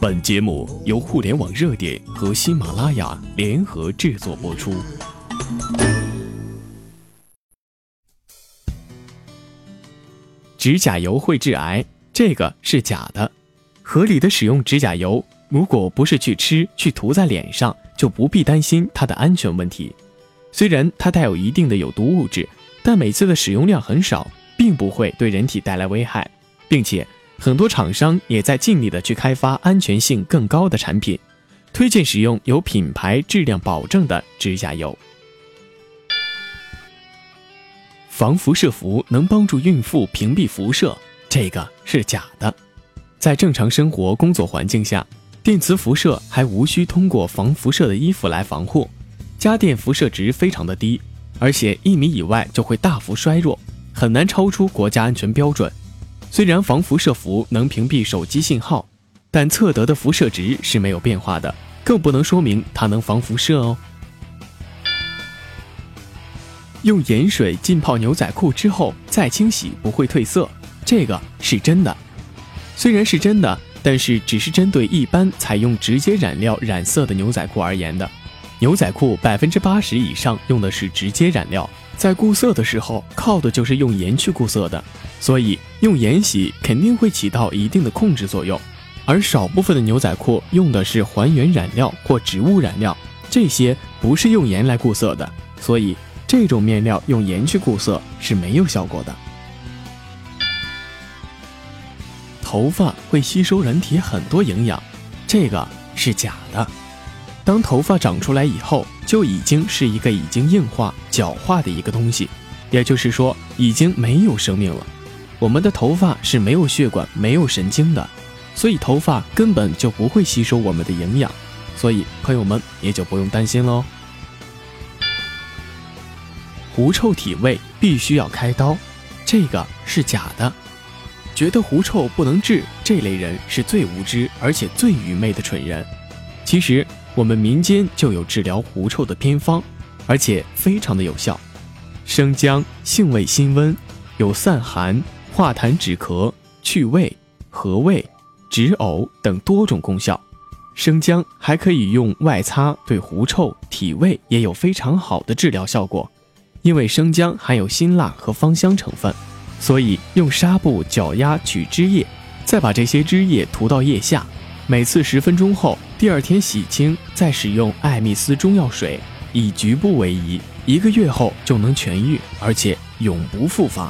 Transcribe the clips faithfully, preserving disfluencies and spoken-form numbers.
本节目由互联网热点和喜马拉雅联合制作播出。指甲油会致癌，这个是假的。合理的使用指甲油，如果不是去吃去涂在脸上，就不必担心它的安全问题。虽然它带有一定的有毒物质，但每次的使用量很少，并不会对人体带来危害，并且很多厂商也在尽力的去开发安全性更高的产品，推荐使用有品牌质量保证的指甲油。防辐射服能帮助孕妇屏蔽辐射，这个是假的。在正常生活工作环境下，电磁辐射还无需通过防辐射的衣服来防护，家电辐射值非常的低，而且一米以外就会大幅衰弱，很难超出国家安全标准。虽然防辐射服能屏蔽手机信号，但测得的辐射值是没有变化的，更不能说明它能防辐射哦。用盐水浸泡牛仔裤之后再清洗不会褪色，这个是真的。虽然是真的，但是只是针对一般采用直接染料染色的牛仔裤而言的。牛仔裤 百分之八十 以上用的是直接染料，在固色的时候靠的就是用盐去固色的，所以用盐洗肯定会起到一定的控制作用。而少部分的牛仔裤用的是还原染料或植物染料，这些不是用盐来固色的，所以这种面料用盐去固色是没有效果的。头发会吸收人体很多营养，这个是假的。当头发长出来以后，就已经是一个已经硬化、角化的一个东西，也就是说已经没有生命了。我们的头发是没有血管、没有神经的，所以头发根本就不会吸收我们的营养，所以朋友们也就不用担心喽。狐臭体味必须要开刀，这个是假的。觉得狐臭不能治，这类人是最无知而且最愚昧的蠢人。其实我们民间就有治疗狐臭的偏方，而且非常的有效。生姜性味辛温，有散寒、化痰止咳、去味、和胃、止呕等多种功效。生姜还可以用外擦，对狐臭、体味也有非常好的治疗效果。因为生姜含有辛辣和芳香成分，所以用纱布搅压取汁液，再把这些汁液涂到腋下，每次十分钟后，第二天洗清，再使用艾蜜斯中药水，以局部为宜，一个月后就能痊愈，而且永不复发。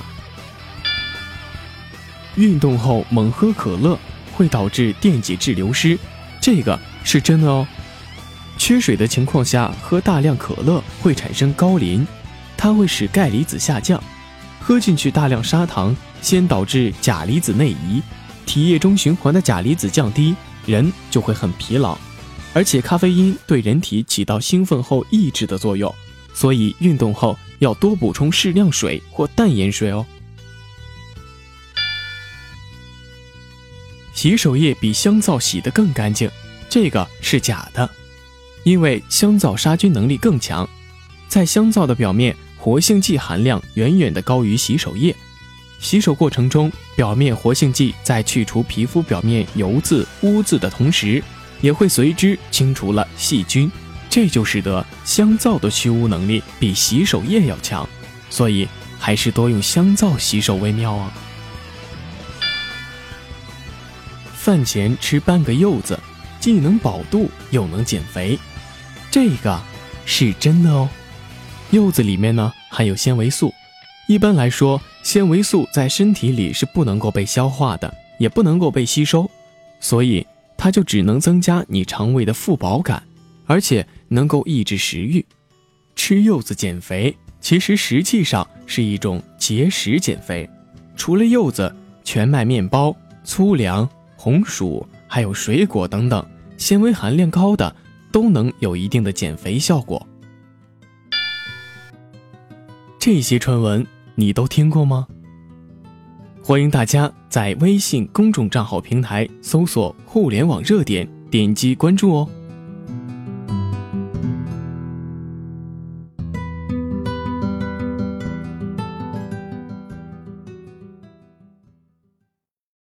运动后猛喝可乐会导致电解质流失，这个是真的哦。缺水的情况下喝大量可乐会产生高磷，它会使钙离子下降，喝进去大量砂糖，先导致钾离子内移，体液中循环的钾离子降低，人就会很疲劳。而且咖啡因对人体起到兴奋后抑制的作用，所以运动后要多补充适量水或淡盐水哦。洗手液比香皂洗得更干净，这个是假的。因为香皂杀菌能力更强，在香皂的表面活性剂含量远远的高于洗手液，洗手过程中表面活性剂在去除皮肤表面油渍、污渍的同时，也会随之清除了细菌，这就使得香皂的去污能力比洗手液要强，所以还是多用香皂洗手为妙啊。饭前吃半个柚子，既能饱肚又能减肥，这个是真的哦。柚子里面呢含有纤维素，一般来说纤维素在身体里是不能够被消化的，也不能够被吸收，所以它就只能增加你肠胃的腹饱感，而且能够抑制食欲。吃柚子减肥其实实际上是一种节食减肥，除了柚子，全麦面包、粗粮、红薯还有水果等等纤维含量高的都能有一定的减肥效果。这些传闻你都听过吗？欢迎大家在微信公众账号平台搜索互联网热点，点击关注哦。